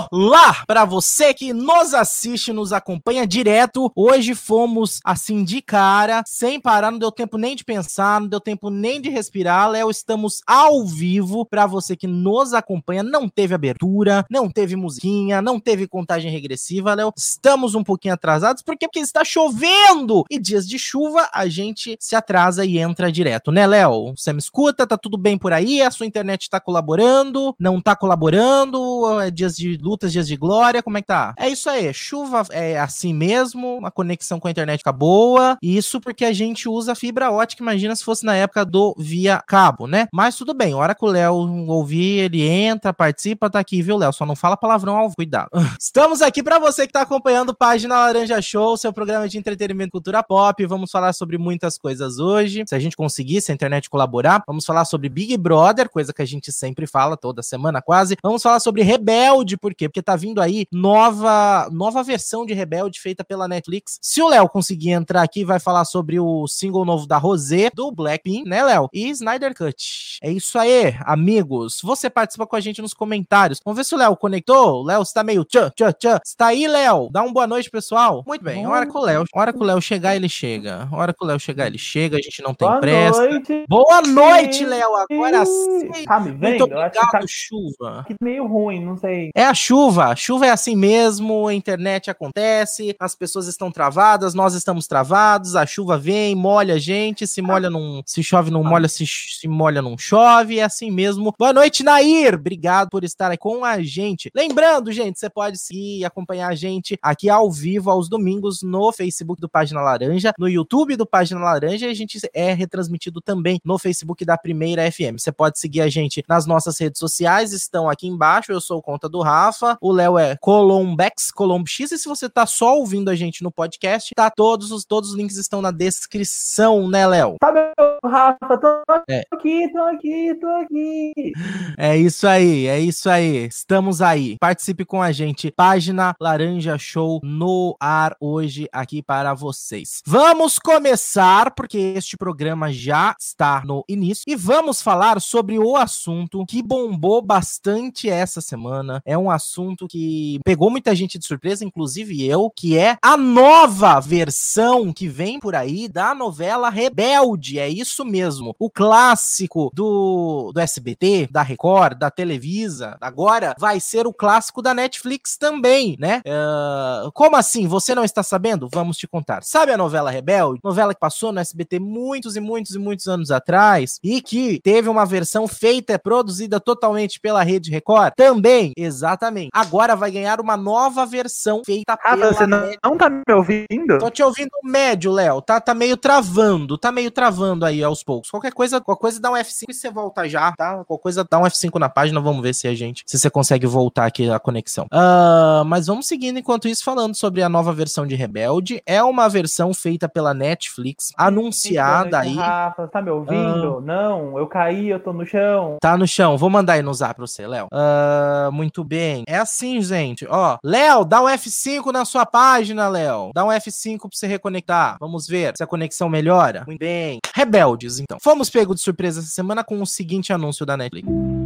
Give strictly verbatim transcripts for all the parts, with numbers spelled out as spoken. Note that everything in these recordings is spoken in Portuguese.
Olá para você que nos assiste, nos acompanha direto. Hoje fomos assim de cara, sem parar, não deu tempo nem de pensar, não deu tempo nem de respirar. Léo, estamos ao vivo para você que nos acompanha. Não teve abertura, não teve musiquinha, não teve contagem regressiva, Léo. Estamos um pouquinho atrasados, por quê? Porque está chovendo e dias de chuva a gente se atrasa e entra direto, né, Léo? Você me escuta? Tá tudo bem por aí? A sua internet tá colaborando? Não tá colaborando? É dias de lutas, dias de glória? Como é que tá? É isso aí, chuva é assim mesmo, a conexão com a internet fica boa, e isso porque a gente usa fibra ótica, imagina se fosse na época do via cabo, né? Mas tudo bem, a hora que o Léo ouvir, ele entra, participa, tá aqui, viu, Léo? Só não fala palavrão ao cuidado. Estamos aqui pra você que tá acompanhando Página Laranja Show, seu programa de entretenimento e cultura pop. Vamos falar sobre muitas coisas hoje, se a gente conseguir, se a internet colaborar. Vamos falar sobre Big Brother, coisa que a gente sempre fala, toda semana quase. Vamos falar sobre Rebelde, por quê? Porque tá vindo aí nova, nova versão de Rebelde feita pela Netflix. Se o Léo conseguir entrar aqui, vai falar sobre o single novo da Rosé, do Blackpink, né, Léo? E Snyder Cut. É isso aí, amigos. Você participa com a gente nos comentários. Vamos ver se o Léo conectou. Léo, você tá meio tchan, tchan, tchan. Você tá aí, Léo? Dá uma boa noite, pessoal. Muito bem, a hora que o Léo, a hora que o Léo chegar, ele chega. A hora que o Léo chegar, ele chega. A gente não tem Boa pressa. Noite. Boa noite, Léo. Agora sim. Tá me vendo? Muito obrigado, Eu acho que tá chuva. meio ruim, não sei. É a chuva, a chuva é assim mesmo, a internet acontece, as pessoas estão travadas, nós estamos travados, a chuva vem, molha a gente, se molha não, se chove não molha, se, se molha não chove, é assim mesmo. Boa noite, Nair, obrigado por estar aí com a gente. Lembrando, gente, você pode seguir e acompanhar a gente aqui ao vivo aos domingos no Facebook do Página Laranja, no YouTube do Página Laranja, e a gente é retransmitido também no Facebook da Primeira F M. Você pode seguir a gente nas nossas redes sociais, estão aqui embaixo, eu sou o Conta do Rafa, o Léo é Colombex, Colombex, e se você tá só ouvindo a gente no podcast, tá todos os, todos os links estão na descrição, né, Léo? Tá, meu Rafa, tô É. aqui, tô aqui, tô aqui. É isso aí, é isso aí, estamos aí, participe com a gente, Página Laranja Show no ar hoje aqui para vocês. Vamos começar, porque este programa já está no início, e vamos falar sobre o assunto que bombou bastante essa semana, é um assunto que pegou muita gente de surpresa, inclusive eu, que é a nova versão que vem por aí da novela Rebelde, é isso mesmo, o clássico do, do S B T, da Record, da Televisa, agora vai ser o clássico da Netflix também, né? Uh, como assim? Você não está sabendo? Vamos te contar. Sabe a novela Rebelde? Novela que passou no S B T muitos e muitos e muitos anos atrás e que teve uma versão feita, produzida totalmente pela Rede Record? Também, exatamente. Agora vai ganhar uma nova versão feita Ah, pela você não, Netflix. não tá me ouvindo? Tô te ouvindo médio, Léo. Tá, tá meio travando. Tá meio travando aí aos poucos. Qualquer coisa, qualquer coisa dá um F cinco e você volta já, tá? Qualquer coisa dá um F cinco na página. Vamos ver se a gente, se você consegue voltar aqui a conexão. Uh, mas vamos seguindo enquanto isso, falando sobre a nova versão de Rebelde. É uma versão feita pela Netflix, anunciada aí. Rafa, tá me ouvindo? Uh, não, eu caí, eu tô no chão. Tá no chão. Vou mandar aí no zap pra você, Léo. Uh, muito bem. É assim, gente. Ó, Léo, dá um F cinco na sua página, Léo. Dá um F cinco pra você reconectar. Vamos ver se a conexão melhora. Muito bem. Rebeldes, então. Fomos pegos de surpresa essa semana com o seguinte anúncio da Netflix.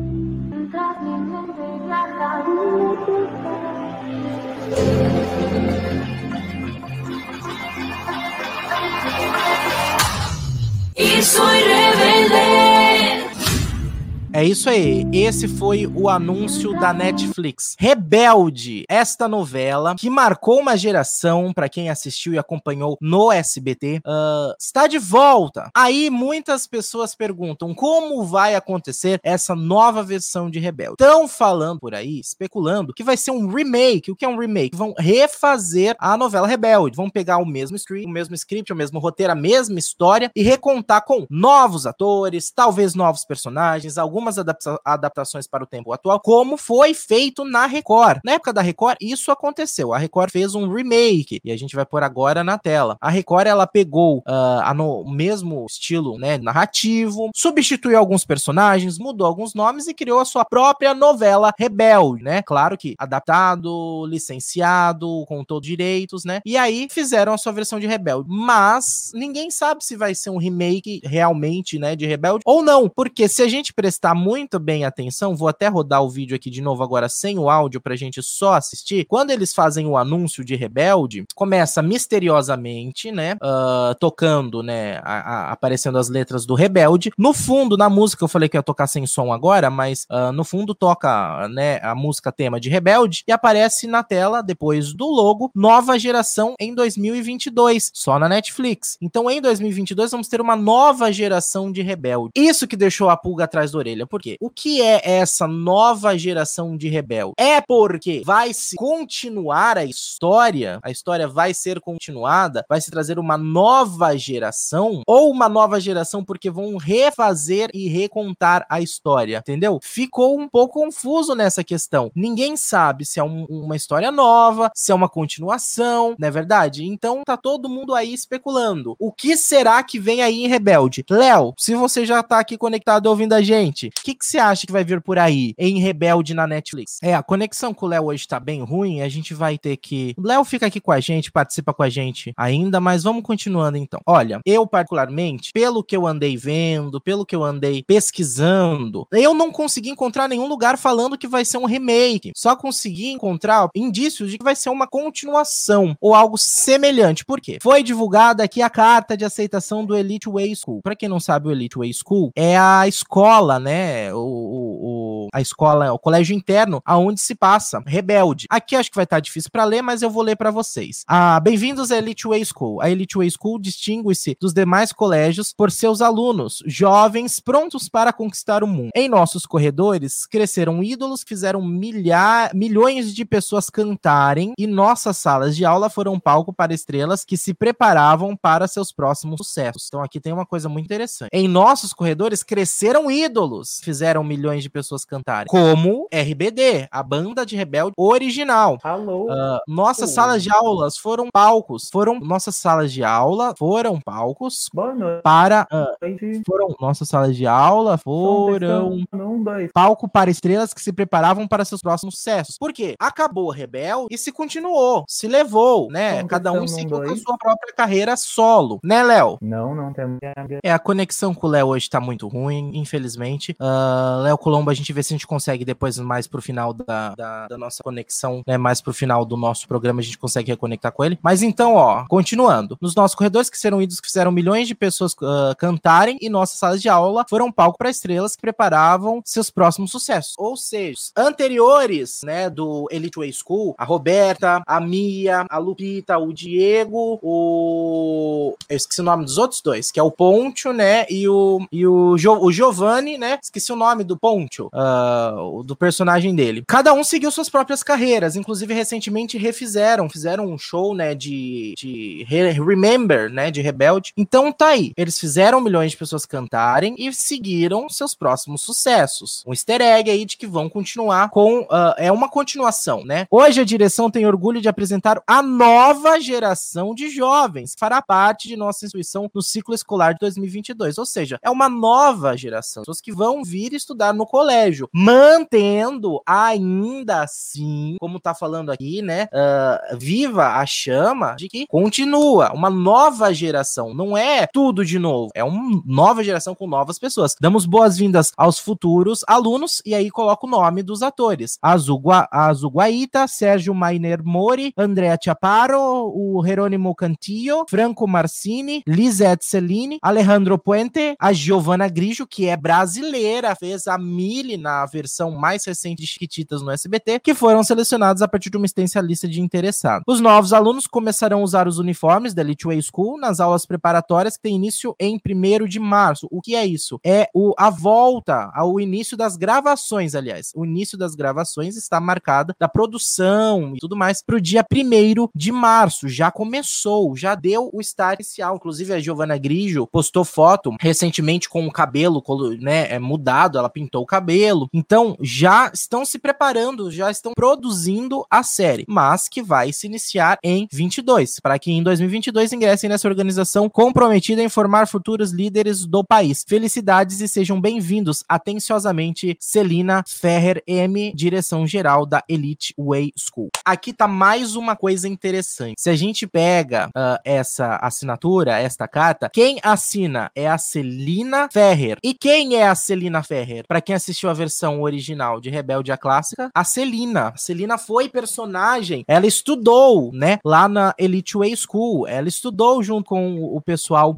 Y soy rebelde. É isso aí, esse foi o anúncio da Netflix. Rebelde, esta novela que marcou uma geração, pra quem assistiu e acompanhou no S B T, uh, está de volta. Aí muitas pessoas perguntam como vai acontecer essa nova versão de Rebelde. Estão falando por aí, especulando, que vai ser um remake. O que é um remake? Vão refazer a novela Rebelde. Vão pegar o mesmo script, o mesmo script, o mesmo roteiro, a mesma história e recontar com novos atores, talvez novos personagens, algumas adapta- adaptações para o tempo atual, como foi feito na Record. Na época da Record, isso aconteceu. A Record fez um remake, e a gente vai pôr agora na tela. A Record, ela pegou uh, a no, o mesmo estilo, né, narrativo, substituiu alguns personagens, mudou alguns nomes e criou a sua própria novela Rebelde, né? Claro que adaptado, licenciado, com todos os direitos, né? E aí fizeram a sua versão de Rebelde. Mas ninguém sabe se vai ser um remake realmente, né, de Rebelde ou não, porque se a gente prestar muito bem atenção, vou até rodar o vídeo aqui de novo agora sem o áudio pra gente só assistir. Quando eles fazem o anúncio de Rebelde, começa misteriosamente, né, uh, tocando, né, a, a, aparecendo as letras do Rebelde. No fundo, na música, eu falei que ia tocar sem som agora, mas uh, no fundo toca, né, a música tema de Rebelde e aparece na tela, depois do logo, Nova Geração em dois mil e vinte e dois, só na Netflix. Então, em dois mil e vinte e dois, vamos ter uma nova geração de Rebelde. Isso que deixou a pulga atrás da orelha. Por quê? O que é essa nova geração de Rebelde? É porque vai se continuar a história, a história vai ser continuada, vai se trazer uma nova geração, ou uma nova geração porque vão refazer e recontar a história, entendeu? Ficou um pouco confuso nessa questão. Ninguém sabe se é um, uma história nova, se é uma continuação, não é verdade? Então tá todo mundo aí especulando. O que será que vem aí em Rebelde? Léo, se você já tá aqui conectado ouvindo a gente, o que, que você acha que vai vir por aí em Rebelde na Netflix? É, a conexão com o Léo hoje tá bem ruim, a gente vai ter que... O Léo fica aqui com a gente, participa com a gente ainda, mas vamos continuando então. Olha, eu particularmente, pelo que eu andei vendo, pelo que eu andei pesquisando, eu não consegui encontrar nenhum lugar falando que vai ser um remake. Só consegui encontrar indícios de que vai ser uma continuação ou algo semelhante. Por quê? Foi divulgada aqui a carta de aceitação do Elite Way School. Pra quem não sabe, o Elite Way School é a escola, né, o, o, a escola, o colégio interno, aonde se passa Rebelde. Aqui acho que vai estar difícil para ler, mas eu vou ler para vocês. Ah, bem-vindos à Elite Way School. A Elite Way School distingue-se dos demais colégios por seus alunos, jovens prontos para conquistar o mundo. Em nossos corredores, cresceram ídolos que fizeram milhar, milhões de pessoas cantarem e nossas salas de aula foram palco para estrelas que se preparavam para seus próximos sucessos. Então aqui tem uma coisa muito interessante. Em nossos corredores, cresceram ídolos que fizeram milhões de pessoas cantarem, como R B D, a banda de Rebelde original. Alô? Uh, nossas Oh. salas de aulas foram palcos, foram nossas salas de aula foram palcos Boa noite. para uh, foram nossas salas de aula foram Um, dois. palco para estrelas que se preparavam para seus próximos sucessos. Por quê? Acabou Rebelde e se continuou, se levou, né? Som, Cada um testando, um, seguiu com a dois. sua própria carreira solo, né, Léo? Não, não temos. É, a conexão com o Léo hoje tá muito ruim, infelizmente. Uh, Léo Colombo, a gente vê se a gente consegue depois, mais pro final da, da, da nossa conexão, né? Mais pro final do nosso programa, a gente consegue reconectar com ele. Mas então, ó, continuando. Nos nossos corredores, que serão ídolos que fizeram milhões de pessoas uh, cantarem, e nossas salas de aula foram palco para estrelas que preparavam seus próximos sucessos. Ou seja, anteriores, né, do Elite Way School, a Roberta, a Mia, a Lupita, o Diego, o... eu esqueci o nome dos outros dois, que é o Poncho, né, e o, e o, jo, o Giovanni, né, esqueci o nome do Poncho, uh, do personagem dele. Cada um seguiu suas próprias carreiras, inclusive recentemente refizeram, fizeram um show, né, de, de Remember, né, de Rebelde. Então tá aí, eles fizeram milhões de pessoas cantarem e seguiram seus próximos sucessos. Um easter egg aí de que vão continuar com, uh, é uma continuação, né. Hoje a direção tem orgulho de apresentar a nova geração de jovens, que fará parte de nossa instituição no ciclo escolar de dois mil e vinte e dois, ou seja, é uma nova geração, pessoas que vão vir estudar no colégio, mantendo ainda assim, como tá falando aqui, né, uh, viva a chama de que continua, uma nova geração, não é tudo de novo, é uma nova geração com novas pessoas. Damos boas-vindas aos futuros alunos, e aí coloca o nome dos atores, Azul, Gua, Azul Guaita, Sérgio Mainer Mori, Andrea Chaparro, o Jerônimo Cantillo, Franco Marcini, Lisette Celine, Alejandro Puente, a Giovanna Grigio, que é brasileira, fez a Millie na versão mais recente de Chiquititas no S B T, que foram selecionados a partir de uma extensa lista de interessados. Os novos alunos começarão a usar os uniformes da Elite Way School nas aulas preparatórias, que tem início em primeiro de março. O que é isso? É o, a volta ao início das gravações, aliás. O início das gravações está marcada da produção e tudo mais para o dia primeiro de março. Já começou, já deu o start inicial. Inclusive a Giovanna Grigio postou foto recentemente com o cabelo, né, é, mudado, ela pintou o cabelo. Então já estão se preparando, já estão produzindo a série, mas que vai se iniciar em vinte e dois, para que em dois mil e vinte e dois ingressem nessa organização comprometida em formar futuros líderes do país. Felicidades e sejam bem-vindos. Atenciosamente, Celina Ferrer M, direção-geral da Elite Way School. Aqui tá mais uma coisa interessante. Se a gente pega uh, essa assinatura, esta carta, quem assina é a Celina Ferrer. E quem é a Celina Celina Ferrer? Pra quem assistiu a versão original de Rebelde a Clássica, a Celina. A Celina foi personagem, ela estudou, né, lá na Elite Way School, ela estudou junto com o pessoal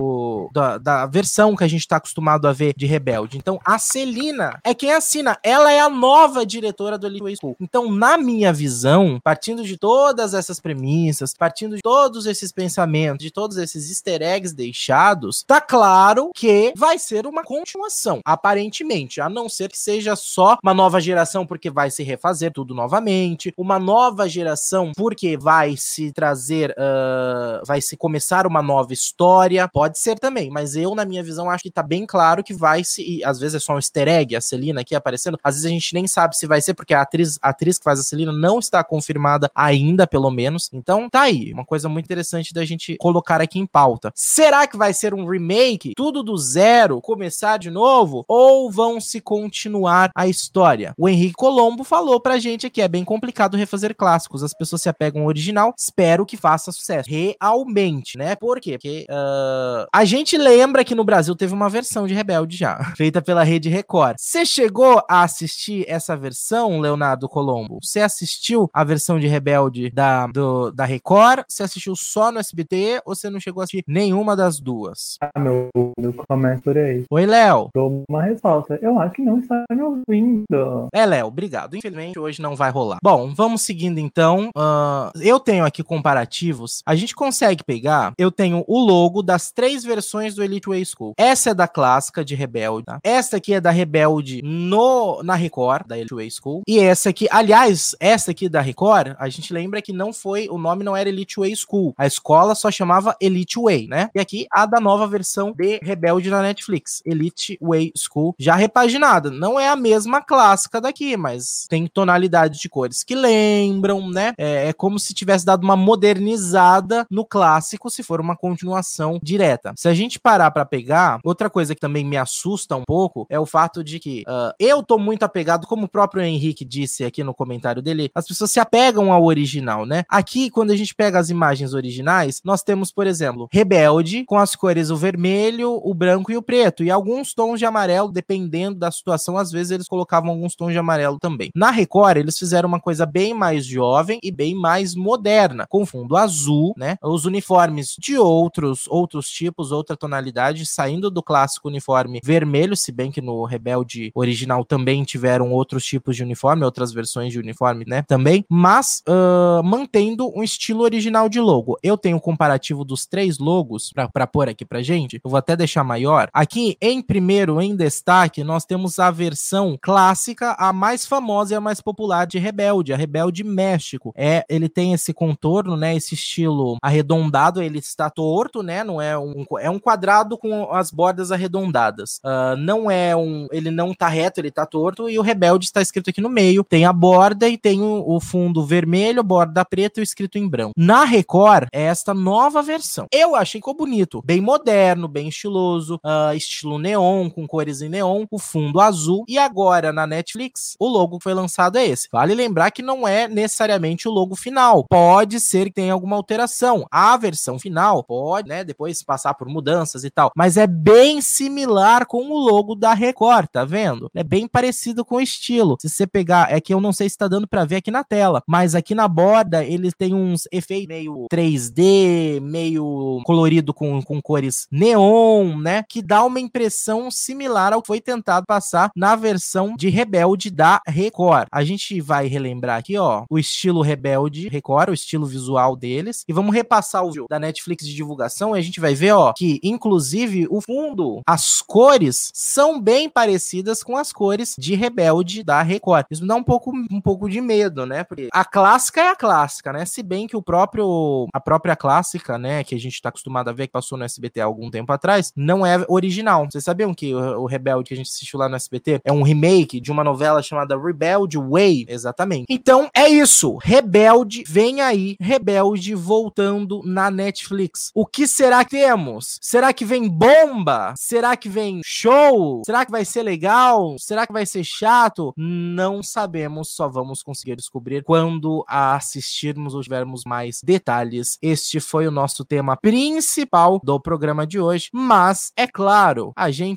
do da, da versão que a gente tá acostumado a ver de Rebelde. Então, a Celina é quem assina, ela é a nova diretora do Elite Way School. Então, na minha visão, partindo de todas essas premissas, partindo de todos esses pensamentos, de todos esses easter eggs deixados, tá claro que vai ser uma continuação, aparentemente, a não ser que seja só uma nova geração porque vai se refazer tudo novamente, uma nova geração porque vai se trazer, uh, vai se começar uma nova história, pode ser também, mas eu, na minha visão, acho que tá bem claro que vai se, e às vezes é só um easter egg, a Celina aqui aparecendo, às vezes a gente nem sabe se vai ser, porque a atriz, a atriz que faz a Celina não está confirmada ainda, pelo menos, então tá aí, uma coisa muito interessante da gente colocar aqui em pauta. Será que vai ser um remake, tudo do zero, começar de novo, ou vão se continuar a história? O Henrique Colombo falou pra gente que é bem complicado refazer clássicos, as pessoas se apegam ao original, espero que faça sucesso, realmente, né? Por quê? Porque uh, a gente lembra que no Brasil teve uma versão de Rebelde já, feita pela Rede Record. Você chegou a assistir essa versão, Leonardo Colombo? Você assistiu a versão de Rebelde da, do, da Record? Você assistiu só no S B T ou você não chegou a assistir nenhuma das duas? Ah, meu, eu começo por aí. Oi, Léo. Dou uma resposta. Eu acho que não está me ouvindo. É, Léo, obrigado. Infelizmente, hoje não vai rolar. Bom, vamos seguindo então. Uh, eu tenho aqui comparativos. A gente consegue pegar, eu tenho o logo das três versões do Elite Way School. Essa é da clássica de Rebelde, tá? Essa aqui é da Rebelde no, na Record, da Elite Way School. E essa aqui, aliás, essa aqui da Record, a gente lembra que não foi, o nome não era Elite Way School. A escola só chamava Elite Way, né? E aqui a da nova versão de Rebelde na Netflix, Elite Way School, já repaginada. Não é a mesma clássica daqui, mas tem tonalidade de cores que lembram, né? É, é como se tivesse dado uma modernizada no clássico, se for uma continuação direta. Se a gente parar pra pegar, outra coisa que também me assusta um pouco é o fato de que uh, eu tô muito apegado, como o próprio Henrique disse aqui no comentário dele, as pessoas se apegam ao original, né? Aqui, quando a gente pega as imagens originais, nós temos, por exemplo, Rebelde, com as cores o vermelho, o branco e o preto, e alguns tons de amarelo, dependendo da situação, às vezes eles colocavam alguns tons de amarelo também. Na Record, eles fizeram uma coisa bem mais jovem e bem mais moderna, com fundo azul, né? Os uniformes de outros, outros tipos, outra tonalidade, saindo do clássico uniforme vermelho, se bem que no Rebelde original também tiveram outros tipos de uniforme, outras versões de uniforme, né? Também, mas uh, mantendo um estilo original de logo. Eu tenho o comparativo dos três logos pra, pra pôr aqui pra gente, eu vou até deixar maior. Aqui, em primeiro, em destaque, nós temos a versão clássica, a mais famosa e a mais popular de Rebelde, a Rebelde México. É, ele tem esse contorno, né, esse estilo arredondado, ele está torto, né, não é um, é um quadrado com as bordas arredondadas. Uh, não é um, ele não tá reto, ele tá torto, e o Rebelde está escrito aqui no meio, tem a borda e tem o, o fundo vermelho, borda preta e o escrito em branco. Na Record, é esta nova versão. Eu achei que ficou bonito, bem moderno, bem estiloso, uh, estilo neon, com cores em neon, o fundo azul, e agora na Netflix, o logo que foi lançado é esse. Vale lembrar que não é necessariamente o logo final, pode ser que tenha alguma alteração, a versão final pode, né, depois passar por mudanças e tal, mas é bem similar com o logo da Record, tá vendo? É bem parecido com o estilo. Se você pegar, é que eu não sei se tá dando pra ver aqui na tela, mas aqui na borda ele tem uns efeitos meio três D, meio colorido com, com cores neon, né, que dá uma impressão similar ao que foi tentado passar na versão de Rebelde da Record. A gente vai relembrar aqui, ó, o estilo Rebelde Record, o estilo visual deles, e vamos repassar o vídeo da Netflix de divulgação e a gente vai ver, ó, que inclusive o fundo, as cores são bem parecidas com as cores de Rebelde da Record. Isso me dá um pouco, um pouco de medo, né, porque a clássica é a clássica, né, se bem que o próprio, a própria clássica, né, que a gente tá acostumado a ver, que passou no S B T há algum tempo atrás, não é original. Vocês sabiam que o, o Rebelde que a gente assistiu lá no S B T é um remake de uma novela chamada Rebelde Way? Exatamente. Então, é isso. Rebelde, vem aí. Rebelde voltando na Netflix. O que será que temos? Será que vem bomba? Será que vem show? Será que vai ser legal? Será que vai ser chato? Não sabemos, só vamos conseguir descobrir quando assistirmos ou tivermos mais detalhes. Este foi o nosso tema principal do programa de hoje, mas, é claro, a gente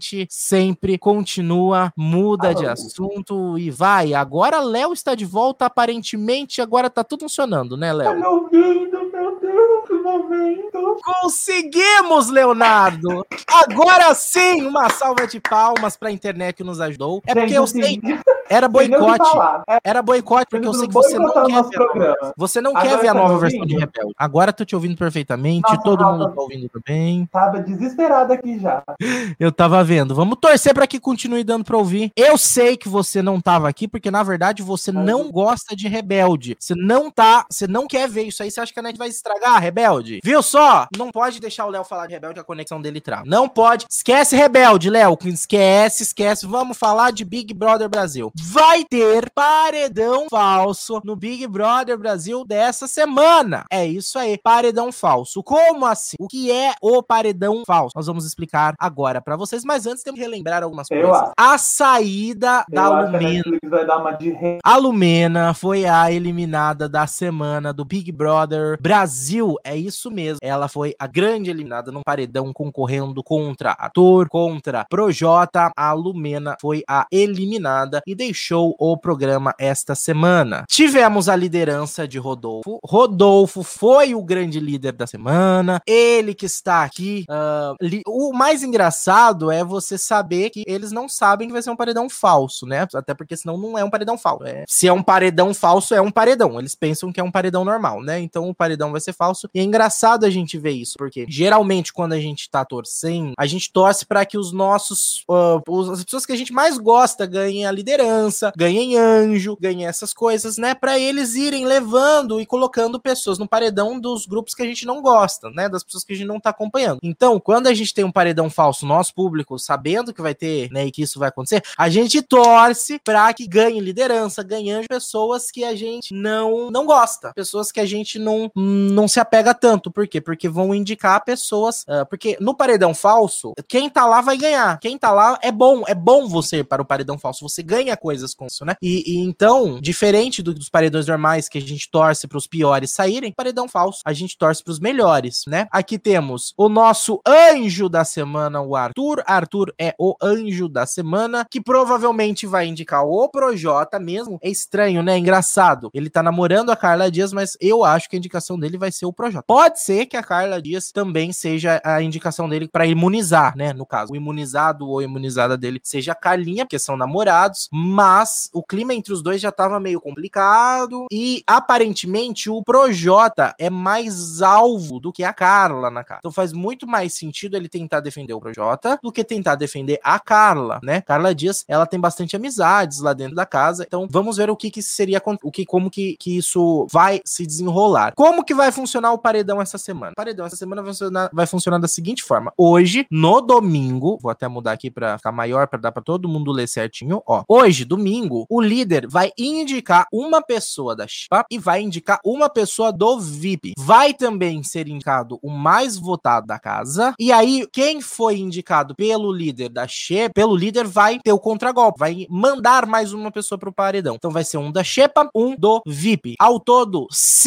sempre, continua, muda Ah, de não. assunto e vai. Agora Léo está de volta, aparentemente agora tá tudo funcionando, né, Tá Léo? me ouvindo, meu Deus, que momento. Conseguimos, Leonardo! Agora sim, uma salva de palmas pra internet que nos ajudou. É porque Gente, eu assim, sei, era sem nem o que boicote. falar. É, Era boicote, porque eu sei que você não boicotar o quer nosso ver a nova programa. versão. Você não Agora quer ver a tá me nova versão de ouvindo? Rebelde. Agora tô te ouvindo perfeitamente, Nossa, todo mundo Rafa, tá ouvindo também. tava desesperado aqui já. Eu tava vendo. Vamos torcer pra que continue dando pra ouvir. Eu sei que você não tava aqui, porque na verdade você não gosta de Rebelde. Você não tá, você não quer ver isso aí, você acha que a net vai estragar Rebelde? Viu só? Não pode deixar o Léo falar de Rebelde, a conexão dele trava. Não pode. Esquece Rebelde, Léo. Esquece, esquece. Vamos falar de Big Brother Brasil. Vai ter paredão falso no Big Brother Brasil dessa semana. É isso aí. Paredão falso. Como assim? O que é o paredão falso? Nós vamos explicar agora pra vocês, mas antes temos que relembrar algumas Eu coisas. acho. A saída da Eu acho que a Lumena. Netflix vai dar uma de rei. A Lumena foi a eliminada da semana do Big Brother Brasil. É isso mesmo. Ela foi a grande eliminada num paredão concorrendo contra ator, contra Projota. A Lumena foi a eliminada e deixou o programa esta semana. Tivemos a liderança de Rodolfo. Rodolfo foi o grande líder da semana. Ele que está aqui. Uh, li... O mais engraçado é você saber que eles não sabem que vai ser um paredão falso, né? Até porque senão não é um paredão falso. É... Se é um paredão falso, é um paredão. Eles pensam que é um paredão normal, né? Então o paredão vai ser falso. E é engraçado a gente ver isso, porque geralmente quando a gente tá torcendo, a gente torce para que os nossos... Uh, os, as pessoas que a gente mais gosta ganhem a liderança, ganhem anjo, ganhem essas coisas, né? Pra eles irem levando e colocando pessoas no paredão dos grupos que a gente não gosta, né? Das pessoas que a gente não tá acompanhando. Então, quando a gente tem um paredão falso, nosso público, sabendo que vai ter, né, e que isso vai acontecer, a gente torce pra que ganhe liderança, ganhando pessoas que a gente não, não gosta, pessoas que a gente não, não se apega tanto. Por quê? Porque vão indicar pessoas, uh, porque no paredão falso, quem tá lá vai ganhar, quem tá lá é bom, é bom você para o paredão falso, você ganha coisas com isso, né? E, e então, diferente do, dos paredões normais que a gente torce pros piores saírem, paredão falso, a gente torce pros melhores, né? Aqui temos o nosso anjo da semana, o Arthur. Arthur é o anjo da semana, que provavelmente vai indicar o Projota mesmo. É estranho, né? Engraçado. Ele tá namorando a Carla Dias, mas eu acho que a indicação dele vai ser o Projota. Pode ser que a Carla Dias também seja a indicação dele pra imunizar, né? No caso, o imunizado ou imunizada dele seja a Carlinha, porque são namorados, mas o clima entre os dois já tava meio complicado e aparentemente o Projota é mais alvo do que a Carla na casa. Então faz muito mais sentido ele tentar defender o Projota do que tentar defender a Carla, né? Carla Dias, ela tem bastante amizades lá dentro da casa, então vamos ver o que que seria, o que, como que, que isso vai se desenrolar. Como que vai funcionar o paredão essa semana? O paredão essa semana vai funcionar, vai funcionar da seguinte forma: hoje, no domingo, vou até mudar aqui pra ficar maior, pra dar pra todo mundo ler certinho, ó. Hoje, domingo, o líder vai indicar uma pessoa da Xepa e vai indicar uma pessoa do V I P. Vai também ser indicado o mais votado da casa, e aí quem foi indicado pelo líder da Xepa, pelo líder vai ter o contragolpe, vai mandar mais uma pessoa pro paredão. Então vai ser um da Xepa, um do V I P. Ao todo,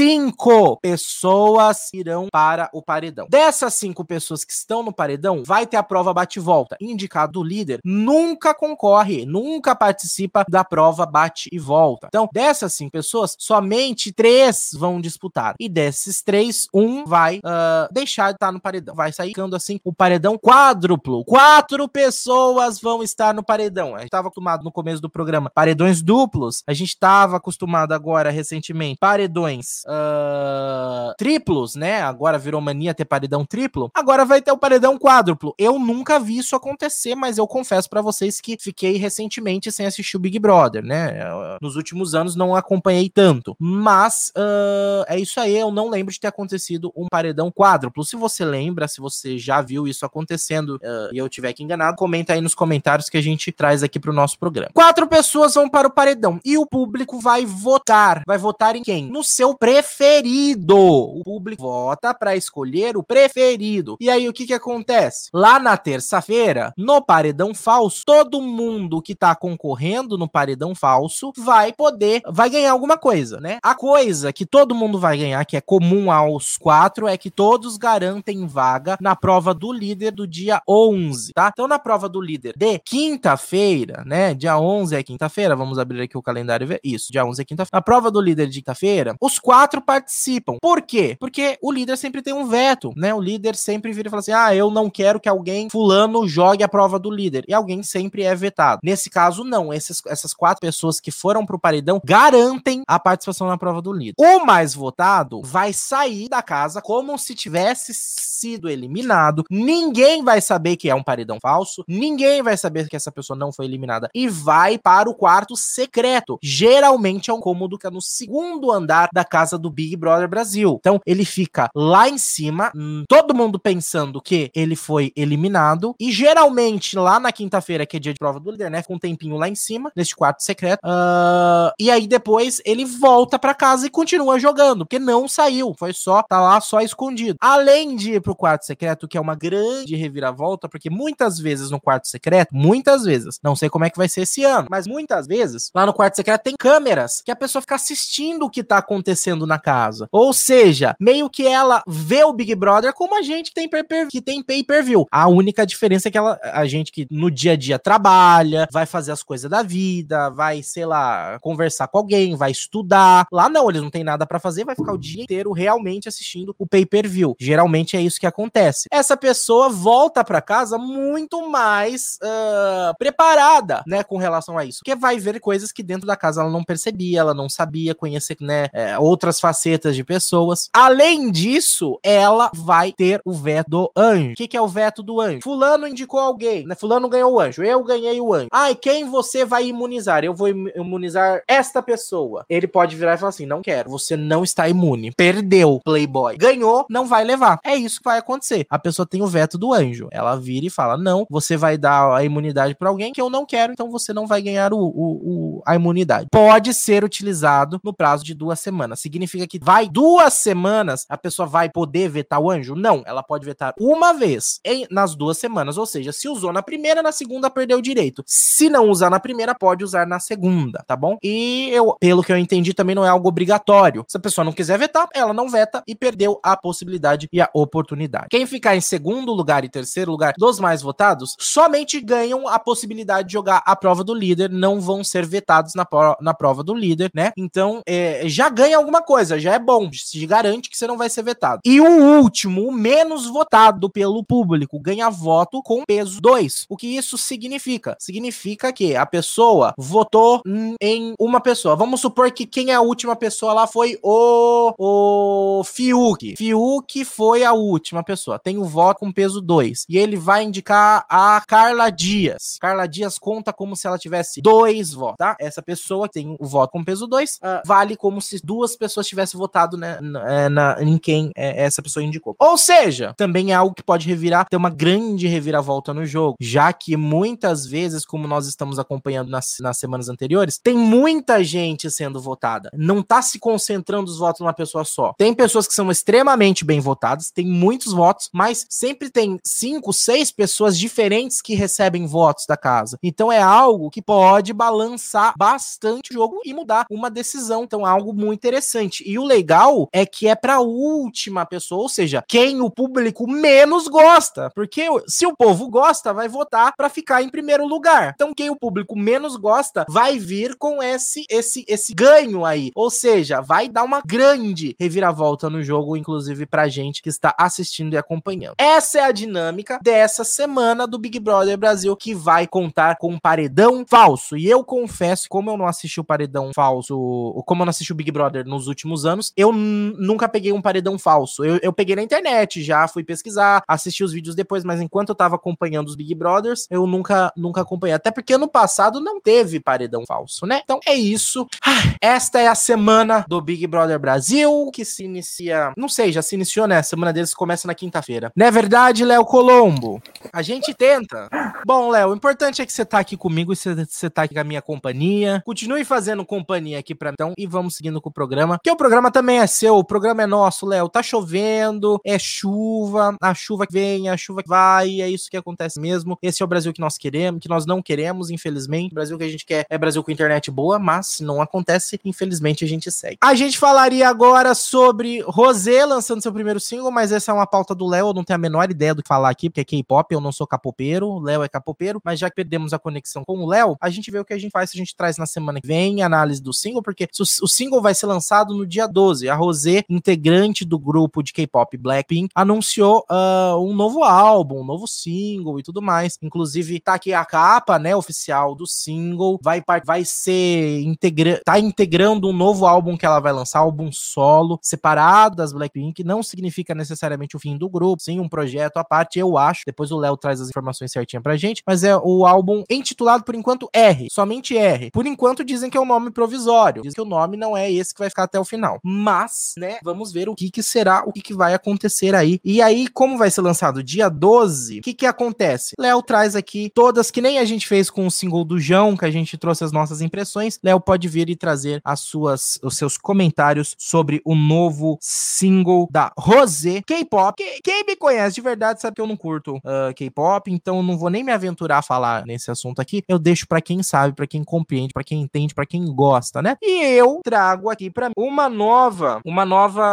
cinco pessoas irão para o paredão. Dessas cinco pessoas que estão no paredão, vai ter a prova bate-volta. Indicado o líder nunca concorre, nunca participa da prova bate e volta. Então, dessas cinco pessoas, somente três vão disputar. E desses três, um vai uh, deixar de estar no paredão. Vai sair ficando assim o paredão quádruplo. Quatro pessoas vão estar no paredão. A gente estava acostumado no começo do programa paredões duplos. A gente estava acostumado agora, recentemente, paredões uh, triplos, né? Agora virou mania ter paredão triplo. Agora vai ter o paredão quádruplo. Eu nunca vi isso acontecer, mas eu confesso pra vocês que fiquei recentemente sem assistir o Big Brother, né? Nos últimos anos não acompanhei tanto. Mas uh, é isso aí, eu não lembro de ter acontecido um paredão quádruplo. Se você lembra, se você já viu isso acontecendo uh, e eu tiver aqui enganado, comenta aí nos comentários que a gente traz aqui pro nosso programa. Quatro pessoas vão para o paredão e o público vai votar. Vai votar em quem? No seu preferido. O público vota pra escolher o preferido. E aí o que que acontece? Lá na terça-feira, no paredão falso, todo mundo que tá concorrendo estando no paredão falso vai poder, vai ganhar alguma coisa, né? A coisa que todo mundo vai ganhar, que é comum aos quatro, é que todos garantem vaga na prova do líder do dia onze, tá? Então, na prova do líder de quinta-feira, né? Dia onze é quinta-feira, vamos abrir aqui o calendário e ver. Isso, dia onze é quinta-feira. Na prova do líder de quinta-feira, os quatro participam. Por quê? Porque o líder sempre tem um veto, né? O líder sempre vira e fala assim, ah, eu não quero que alguém fulano jogue a prova do líder. E alguém sempre é vetado. Nesse caso, não. Esses, essas quatro pessoas que foram pro paredão garantem a participação na prova do líder. O mais votado vai sair da casa como se tivesse sido eliminado. Ninguém vai saber que é um paredão falso. Ninguém vai saber que essa pessoa não foi eliminada. E vai para o quarto secreto. Geralmente é um cômodo que é no segundo andar da casa do Big Brother Brasil. Então, ele fica lá em cima, hum, todo mundo pensando que ele foi eliminado. E geralmente, lá na quinta-feira, que é dia de prova do líder, né? Com um tempinho lá em cima, neste quarto secreto. Uh, e aí, depois, ele volta pra casa e continua jogando. Porque não saiu. Foi só, tá lá só escondido. Além de ir pro quarto secreto, que é uma grande reviravolta, porque muitas vezes no quarto secreto, muitas vezes, não sei como é que vai ser esse ano, mas muitas vezes, lá no quarto secreto tem câmeras que a pessoa fica assistindo o que tá acontecendo na casa. Ou seja, meio que ela vê o Big Brother como a gente que tem, que tem pay-per-view. A única diferença é que ela, a gente que no dia a dia trabalha, vai fazer as coisas da vida, vai, sei lá, conversar com alguém, vai estudar. Lá não, eles não tem nada pra fazer, vai ficar o dia inteiro realmente assistindo o pay-per-view. Geralmente é isso que acontece. Essa pessoa volta pra casa muito mais uh, preparada, né, com relação a isso. Porque vai ver coisas que dentro da casa ela não percebia, ela não sabia, conhecer, né, é, outras facetas de pessoas. Além disso, ela vai ter o veto do anjo. O que, que é o veto do anjo? Fulano indicou alguém, né? Fulano ganhou o anjo, eu ganhei o anjo. Ai, quem você vai imunizar? Eu vou imunizar esta pessoa. Ele pode virar e falar assim, não quero, você não está imune. Perdeu, Playboy. Ganhou, não vai levar. É isso que vai acontecer. A pessoa tem o veto do anjo. Ela vira e fala, não, você vai dar a imunidade para alguém que eu não quero, então você não vai ganhar o, o, o, a imunidade. Pode ser utilizado no prazo de duas semanas. Significa que vai duas semanas, a pessoa vai poder vetar o anjo? Não, ela pode vetar uma vez em, nas duas semanas, ou seja, se usou na primeira, na segunda perdeu o direito. Se não usar na primeira, pode usar na segunda, tá bom? E eu, pelo que eu entendi, também não é algo obrigatório. Se a pessoa não quiser vetar, ela não veta e perdeu a possibilidade e a oportunidade. Quem ficar em segundo lugar e terceiro lugar dos mais votados, somente ganham a possibilidade de jogar a prova do líder, não vão ser vetados na, pro, na prova do líder, né? Então, é, já ganha alguma coisa, já é bom, se garante que você não vai ser vetado. E o último, o menos votado pelo público, ganha voto com peso dois. O que isso significa? Significa que a pessoa votou em uma pessoa. Vamos supor que quem é a última pessoa lá foi o, o Fiuk. Fiuk foi a última pessoa. Tem o voto com peso dois. E ele vai indicar a Carla Dias. Carla Dias conta como se ela tivesse dois votos, tá? Essa pessoa que tem o voto com peso dois, uh, vale como se duas pessoas tivessem votado, né, na, na, em quem é, essa pessoa indicou. Ou seja, também é algo que pode revirar, ter uma grande reviravolta no jogo, já que muitas vezes, como nós estamos acompanhando nas, nas semanas anteriores, tem muita gente sendo votada. Não tá se concentrando os votos numa pessoa só. Tem pessoas que são extremamente bem votadas, tem muitos votos, mas sempre tem cinco, seis pessoas diferentes que recebem votos da casa. Então é algo que pode balançar bastante o jogo e mudar uma decisão. Então é algo muito interessante. E o legal é que é pra última pessoa, ou seja, quem o público menos gosta. Porque se o povo gosta, vai votar pra ficar em primeiro lugar. Então quem o público menos gosta vai vir com esse, esse, esse ganho aí. Ou seja, vai dar uma grande reviravolta no jogo, inclusive pra gente que está assistindo e acompanhando. Essa é a dinâmica dessa semana do Big Brother Brasil, que vai contar com um paredão falso. E eu confesso, como eu não assisti o paredão falso, como eu não assisti o Big Brother nos últimos anos, eu nunca peguei um paredão falso. Eu, eu peguei na internet, já fui pesquisar, assisti os vídeos depois, mas enquanto eu tava acompanhando os Big Brothers, eu nunca, nunca acompanhei. Até porque ano passado não teve paredão falso, né? Então é isso. Esta é a semana do Big Brother Brasil, que se inicia... Não sei, já se iniciou, né? A semana deles começa na quinta-feira. Não é verdade, Léo Colombo? A gente tenta. Bom, Léo, o importante é que você tá aqui comigo e você, você tá aqui com a minha companhia. Continue fazendo companhia aqui pra mim, então, e vamos seguindo com o programa. Que o programa também é seu, o programa é nosso, Léo. Tá chovendo, é chuva, a chuva que vem, a chuva que vai, é isso que acontece mesmo. Esse é o Brasil que nós queremos, que nós não queremos, infelizmente. bem. O Brasil que a gente quer é Brasil com internet boa, mas se não acontece, infelizmente a gente segue. A gente falaria agora sobre Rosé lançando seu primeiro single, mas essa é uma pauta do Léo, eu não tenho a menor ideia do que falar aqui, porque é K-pop, eu não sou capopeiro, o Léo é capopeiro, mas já que perdemos a conexão com o Léo, a gente vê o que a gente faz, se a gente traz na semana que vem a análise do single, porque o single vai ser lançado no dia doze. A Rosé, integrante do grupo de K-pop Blackpink, anunciou uh, um novo álbum, um novo single e tudo mais. Inclusive, tá aqui a capa, né, oficial do single, vai, vai ser integra tá integrando um novo álbum que ela vai lançar, álbum solo, separado das Blackpink, não significa necessariamente o fim do grupo, sim, um projeto à parte, eu acho, depois o Léo traz as informações certinhas pra gente, mas é o álbum intitulado por enquanto R, somente R. Por enquanto dizem que é um nome provisório, dizem que o nome não é esse que vai ficar até o final, mas, né, vamos ver o que que será, o que que vai acontecer aí. E aí, como vai ser lançado dia doze, o que que acontece? Léo traz aqui todas, que nem a gente fez com o single do João, que a gente trouxe as nossas impressões, Léo pode vir e trazer as suas, os seus comentários sobre o novo single da Rosé, K-pop. Que, quem me conhece de verdade sabe que eu não curto uh, K-pop, então eu não vou nem me aventurar a falar nesse assunto aqui, eu deixo pra quem sabe, pra quem compreende, pra quem entende, pra quem gosta, né? E eu trago aqui pra mim uma nova, uma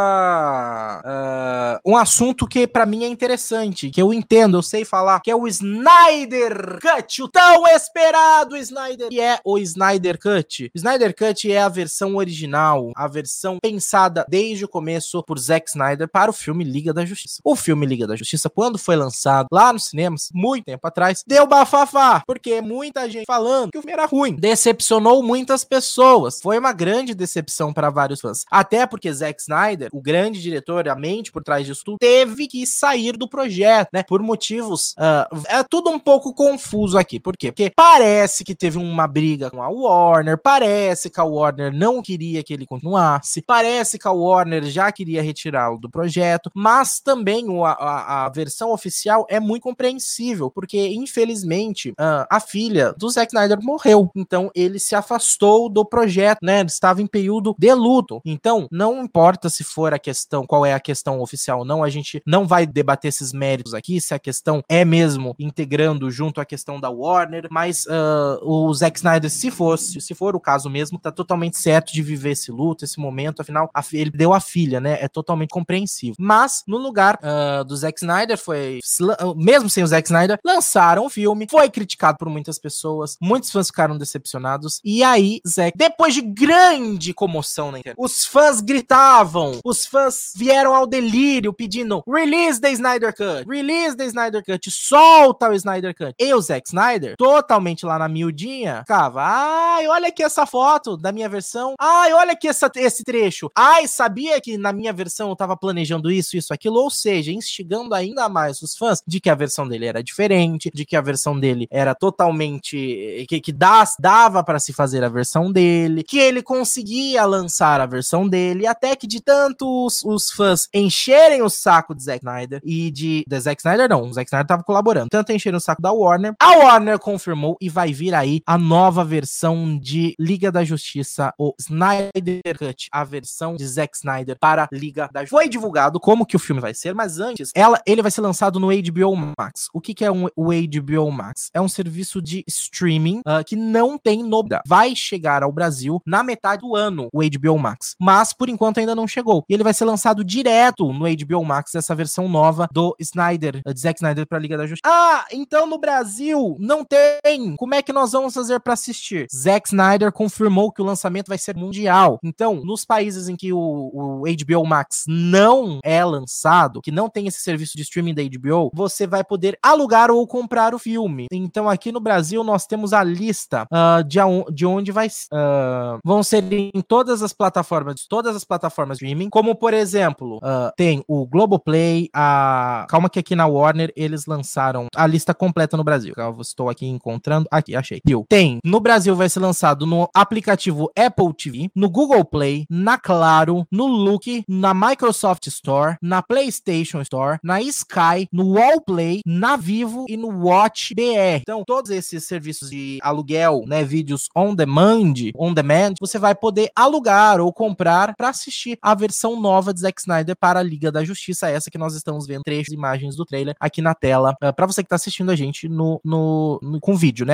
nova, uh, um assunto que pra mim é interessante, que eu entendo, eu sei falar, que é o Snyder Cut, o tão esperado Snyder, que é o Snyder Cut. O Snyder Cut é a versão original, a versão pensada desde o começo por Zack Snyder para o filme Liga da Justiça. O filme Liga da Justiça, quando foi lançado lá nos cinemas, muito tempo atrás, deu bafafá, porque muita gente falando que o filme era ruim, decepcionou muitas pessoas, foi uma grande decepção para vários fãs, até porque Zack Snyder, o grande diretor, a mente por trás disso tudo, teve que sair do projeto, né, por motivos, uh, é tudo um pouco confuso aqui, por quê? Porque parece que teve uma briga com a Warner, parece que a Warner não queria que ele continuasse, parece que a Warner já queria retirá-lo do projeto, mas também a, a, a versão oficial é muito compreensível, porque infelizmente uh, a filha do Zack Snyder morreu, então ele se afastou do projeto, né, estava em período de luto, então não importa se for a questão, qual é a questão oficial ou não, a gente não vai debater esses méritos aqui, se a questão é mesmo integrando junto à questão da Warner, mas uh, o Zack Snyder, se fosse, se for o caso mesmo, tá totalmente certo de viver esse luto, esse momento, afinal, a, ele deu a filha, né, é totalmente compreensível, mas no lugar uh, do Zack Snyder, foi, mesmo sem o Zack Snyder, lançaram o filme, foi criticado por muitas pessoas, muitos fãs ficaram decepcionados, e aí, Zack, depois de grande comoção na internet, os fãs gritavam, os fãs vieram ao delírio pedindo release the Snyder Cut, release the Snyder Cut, solta o Snyder Cut. E o Zack Snyder, totalmente lá na miudinha, ficava, ai, olha aqui essa foto da minha versão, ai, olha aqui essa, esse trecho, ai, sabia que na minha versão eu tava planejando isso, isso, aquilo, ou seja, instigando ainda mais os fãs de que a versão dele era diferente, de que a versão dele era totalmente, que, que dá, dava pra se fazer a versão dele, que ele conseguia lançar a versão dele, até que de tanto os, os fãs encherem o saco de Zack Snyder e de, de Zack Snyder não, o Zack Snyder tava colaborando, tanto encherem o saco da Warner, a Warner confirmou e vai vir aí a nova versão de Liga da Justiça, o Snyder Cut, a versão de Zack Snyder para Liga da Justiça. Foi divulgado como que o filme vai ser, mas antes, ela, ele vai ser lançado no H B O Max. O que que é um, o H B O Max? É um serviço de streaming uh, que não tem no... Vai chegar ao Brasil na metade do ano, o H B O Max, mas por enquanto ainda não chegou. E ele vai ser lançado direto no H B O Max, essa versão nova do Snyder, de Zack Snyder para Liga da Justiça. Ah, então no Brasil não tem. Como é que nós vamos fazer para assistir? Zack Snyder confirmou que o lançamento vai ser mundial. Então, nos países em que o, o H B O Max não é lançado, que não tem esse serviço de streaming da H B O, você vai poder alugar ou comprar o filme. Então, aqui no Brasil, nós temos a lista uh, de, aon- de onde vai uh, vão ser em todas as plataformas, todas as plataformas de streaming, como por exemplo, uh, tem o Globoplay, a... calma que aqui na Warner eles lançaram a lista completa no Brasil. Eu estou aqui encontrando, aqui, achei. Viu? Tem, no Brasil vai ser lançado no aplicativo Apple T V, no Google Play, na Claro, no Look, na Microsoft Store, na PlayStation Store, na Sky, no Wallplay, na Vivo e no Watch B R. Então, todos esses serviços de aluguel, né, vídeos on demand, on demand, você vai poder alugar ou comprar para assistir a versão nova de Zack Snyder para a Liga da Justiça, essa que nós estamos vendo trechos, imagens do trailer aqui na tela, uh, para você que tá assistindo a gente no, no, no com vídeo, né, ao vivo, para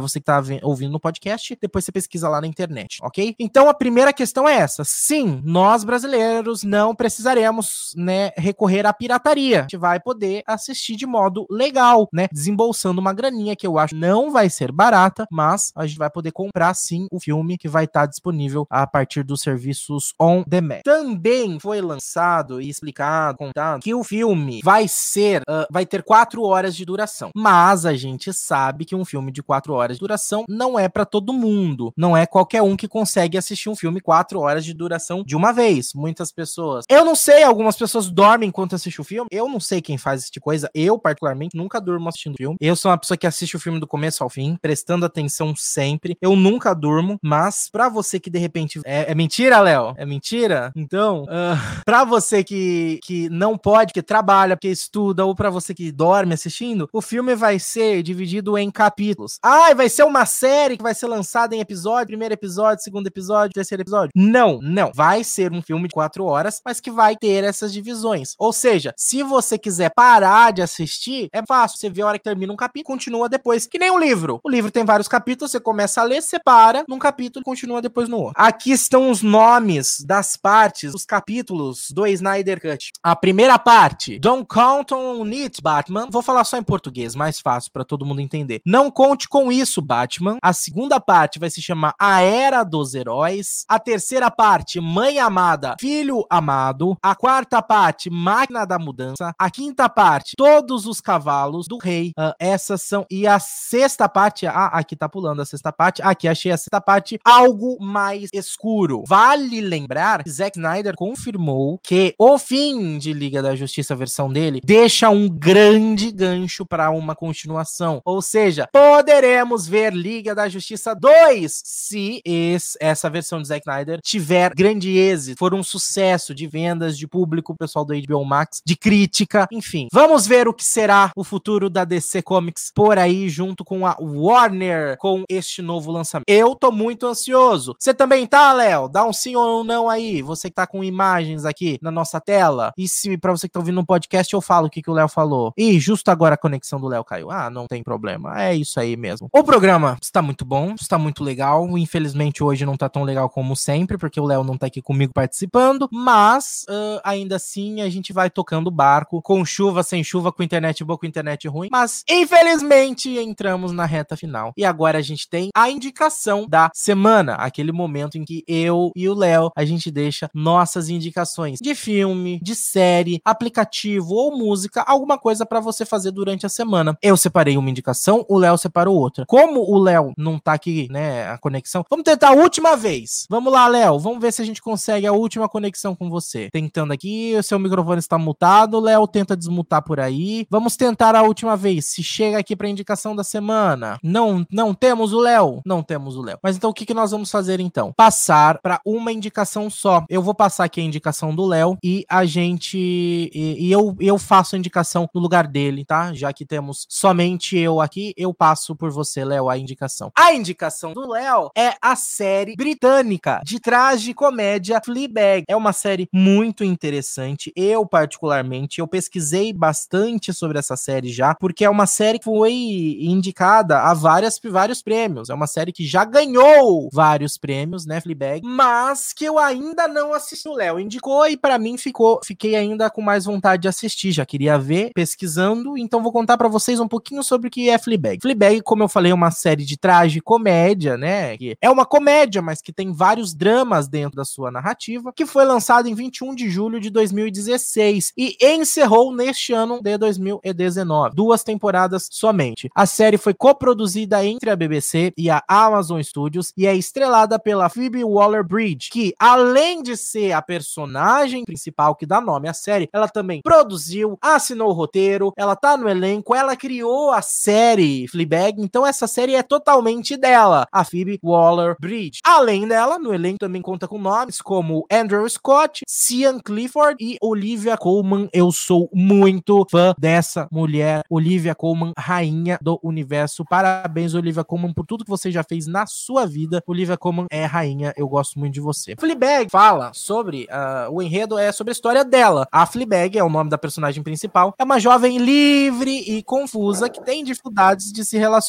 você que tá ve- ouvindo no podcast, depois você pesquisa lá na internet, ok? Então a primeira questão é essa. Sim, nós brasileiros não precisaremos, né, recorrer à pirataria. A gente vai poder assistir de modo legal, né? Desembolsando uma graninha que eu acho não vai ser barata, mas a gente vai poder comprar sim o filme que vai estar disponível a partir dos serviços on demand. Também foi lançado e explicado, contado, que o filme vai ser, uh, vai ter quatro horas de duração. Mas a gente sabe que um filme de quatro horas de duração não é pra todo mundo. Não é qualquer um que consegue assistir um filme quatro horas de duração de uma vez. Muitas pessoas. Eu não sei, algumas pessoas dormem enquanto assistem o filme. Eu não sei quem faz esse tipo de coisa. Eu, particularmente, nunca durmo assistindo filme. Eu sou uma pessoa que assiste o filme do começo ao fim, prestando atenção sempre. Eu nunca durmo, mas pra você que de repente... É, é mentira, Léo? É mentira? Então, uh, pra você que, que não pode, que trabalha, que estuda, ou pra você que dorme assistindo, o filme vai ser dividido em capítulos. Ah, vai ser uma série que vai ser lançada em episódio, primeiro episódio, segundo episódio, terceiro episódio. Não, não. Vai ser um filme de quatro horas, mas que vai ter essas divisões. Ou seja, se você quiser parar de assistir, é fácil. Você vê a hora que termina um capítulo, continua depois. Que nem um livro. O livro tem vários capítulos, você começa a ler, você para num capítulo e continua depois no outro. Aqui estão os nomes das partes, os capítulos do Snyder Cut. A primeira parte, Don't Count on It, Batman. Vou falar só em português, mais fácil pra todo mundo entender. Não conte com isso, Batman. A segunda parte vai se chamar A Era dos Heróis. A terceira parte, Mãe Amada, Filho Amado. A quarta parte, Máquina da Mudança. A quinta parte, Todos os Cavalos do Rei. Uh, essas são... E a sexta parte... Ah, aqui tá pulando a sexta parte. Aqui achei a sexta parte, Algo Mais Escuro. Vale lembrar que Zack Snyder confirmou que o fim de Liga da Justiça, a versão dele, deixa um grande gancho para uma continuação. Ou seja, poderemos ver Liga da Justiça dois se esse, essa versão de Zack Snyder tiver grande êxito, for um sucesso de vendas, de público, pessoal do H B O Max, de crítica, enfim. Vamos ver o que será o futuro da D C Comics por aí, junto com a Warner, com este novo lançamento. Eu tô muito ansioso. Você também tá, Léo? Dá um sim ou não aí. Você que tá com imagens aqui na nossa tela. E se pra você que tá ouvindo no podcast, eu falo o que, que o Léo falou. Ih, justo agora a conexão do Léo caiu. Ah, não tem problema. É isso aí mesmo. O programa está muito bom, está muito legal. Infelizmente hoje não tá tão legal como sempre, porque o Léo não tá aqui comigo participando. Mas, uh, ainda assim, a gente vai tocando o barco. Com chuva, sem chuva, com internet boa, com internet ruim. Mas, infelizmente, entramos na reta final. E agora a gente tem a indicação da semana. Aquele momento em que eu e o Léo, a gente deixa nossas indicações de filme, de série, aplicativo ou música, alguma coisa pra você fazer durante a semana. Eu separei uma indicação, o Léo separou outra. Como o Léo não tá aqui, né, a conexão, vamos tentar a última vez. Vamos lá, Léo, vamos ver se a gente consegue a última conexão com você. Tentando aqui, o seu microfone está mutado, Léo tenta desmutar por aí. Vamos tentar a última vez, se chega aqui pra indicação da semana. Não, não temos o Léo? Não temos o Léo. Mas então o que, que nós vamos fazer então? Passar pra uma indicação só. Eu vou passar aqui a indicação do Léo e a gente... E, e eu, eu faço a indicação no lugar dele, tá? Já que temos somente eu aqui, eu passo por você, Léo, a indicação. A indicação do Léo é a série britânica de tragicomédia Fleabag. É uma série muito interessante. Eu, particularmente, eu pesquisei bastante sobre essa série já, porque é uma série que foi indicada a várias, vários prêmios. É uma série que já ganhou vários prêmios, né, Fleabag, mas que eu ainda não assisti. O Léo indicou e pra mim ficou, fiquei ainda com mais vontade de assistir. Já queria ver, pesquisando, então vou contar pra vocês um pouquinho sobre o que é Fleabag. Fleabag, como eu falei, é uma série de tragicomédia, né, que é uma comédia, mas que tem vários dramas dentro da sua narrativa, que foi lançada em vinte e um de julho de dois mil e dezesseis e encerrou neste ano de dois mil e dezenove. Duas temporadas somente. A série foi coproduzida entre a B B C e a Amazon Studios e é estrelada pela Phoebe Waller-Bridge, que além de ser a personagem principal que dá nome à série, ela também produziu, assinou o roteiro, ela tá no elenco, ela criou a série Fleabag, então essa série é totalmente dela, a Phoebe Waller-Bridge. Além dela, no elenco também conta com nomes como Andrew Scott, Sian Clifford e Olivia Colman. Eu sou muito fã dessa mulher, Olivia Colman, rainha do universo. Parabéns, Olivia Colman, por tudo que você já fez na sua vida. Olivia Colman é rainha, eu gosto muito de você. Fleabag fala sobre, uh, o enredo é sobre a história dela. A Fleabag é o nome da personagem principal, é uma jovem livre e confusa que tem dificuldades de se relacionar,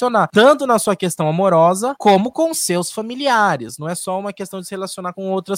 tanto na sua questão amorosa, como com seus familiares. Não é só uma questão de se relacionar com outras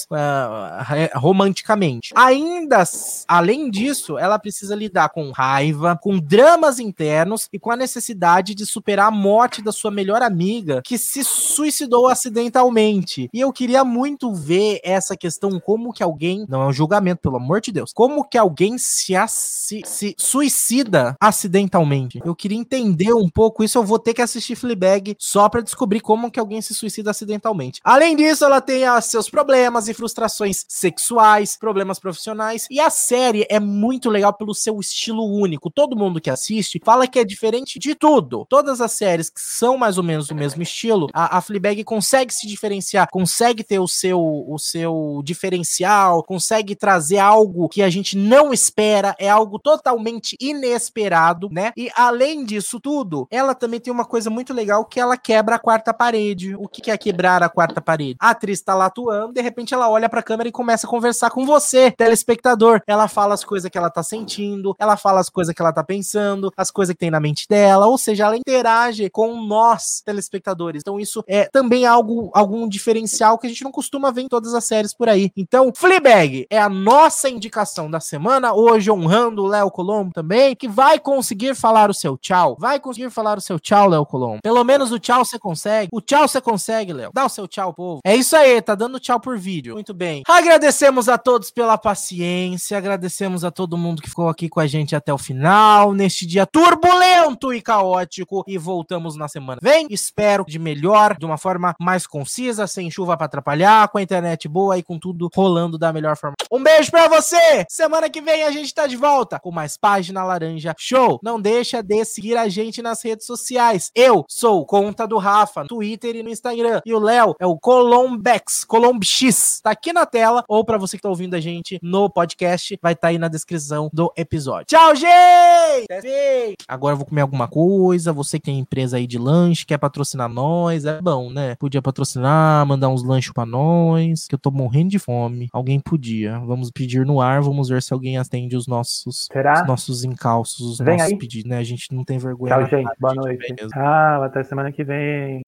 uh, romanticamente. Ainda, além disso, ela precisa lidar com raiva, com dramas internos e com a necessidade de superar a morte da sua melhor amiga, que se suicidou acidentalmente. E eu queria muito ver essa questão, como que alguém, não é um julgamento, pelo amor de Deus, como que alguém se, se, se suicida acidentalmente. Eu queria entender um pouco isso, eu vou ter que assistir Fleabag só pra descobrir como que alguém se suicida acidentalmente. Além disso, ela tem os seus problemas e frustrações sexuais, problemas profissionais, e a série é muito legal pelo seu estilo único. Todo mundo que assiste fala que é diferente de tudo. Todas as séries que são mais ou menos do mesmo estilo, a, a Fleabag consegue se diferenciar, consegue ter o seu, o seu diferencial, consegue trazer algo que a gente não espera, é algo totalmente inesperado, né? E além disso tudo, ela também tem uma coisa muito legal, que ela quebra a quarta parede. O que é quebrar a quarta parede? A atriz tá lá atuando, de repente ela olha pra câmera e começa a conversar com você, telespectador. Ela fala as coisas que ela tá sentindo, ela fala as coisas que ela tá pensando, as coisas que tem na mente dela, ou seja, ela interage com nós, telespectadores. Então isso é também algo, algum diferencial que a gente não costuma ver em todas as séries por aí. Então, Fleabag é a nossa indicação da semana, hoje honrando o Léo Colombo também, que vai conseguir falar o seu tchau. Vai conseguir falar o seu tchau, Léo Colombo. Pelo menos o tchau você consegue. O tchau você consegue, Léo. Dá o seu tchau, povo. É isso aí, tá dando tchau por vídeo. Muito bem. Agradecemos a todos pela paciência, agradecemos a todo mundo que ficou aqui com a gente até o final, neste dia turbulento e caótico, e voltamos na semana que vem. Espero de melhor, de uma forma mais concisa, sem chuva pra atrapalhar, com a internet boa e com tudo rolando da melhor forma. Um beijo pra você! Semana que vem a gente tá de volta com mais Página Laranja Show. Não deixa de seguir a gente nas redes sociais. Eu sou o Conta do Rafa, no Twitter e no Instagram. E o Léo é o Colombex, Colombex. Tá aqui na tela, ou pra você que tá ouvindo a gente no podcast, vai estar tá aí na descrição do episódio. Tchau, gente! Agora eu vou comer alguma coisa. Você que tem empresa aí de lanche, quer patrocinar nós, é bom, né? Podia patrocinar, mandar uns lanches pra nós, que eu tô morrendo de fome. Alguém podia. Vamos pedir no ar, vamos ver se alguém atende os nossos, os nossos encalços, os Vem nossos aí. pedidos, né? A gente não tem vergonha. Tchau, gente. Boa noite. Tchau, até semana que vem.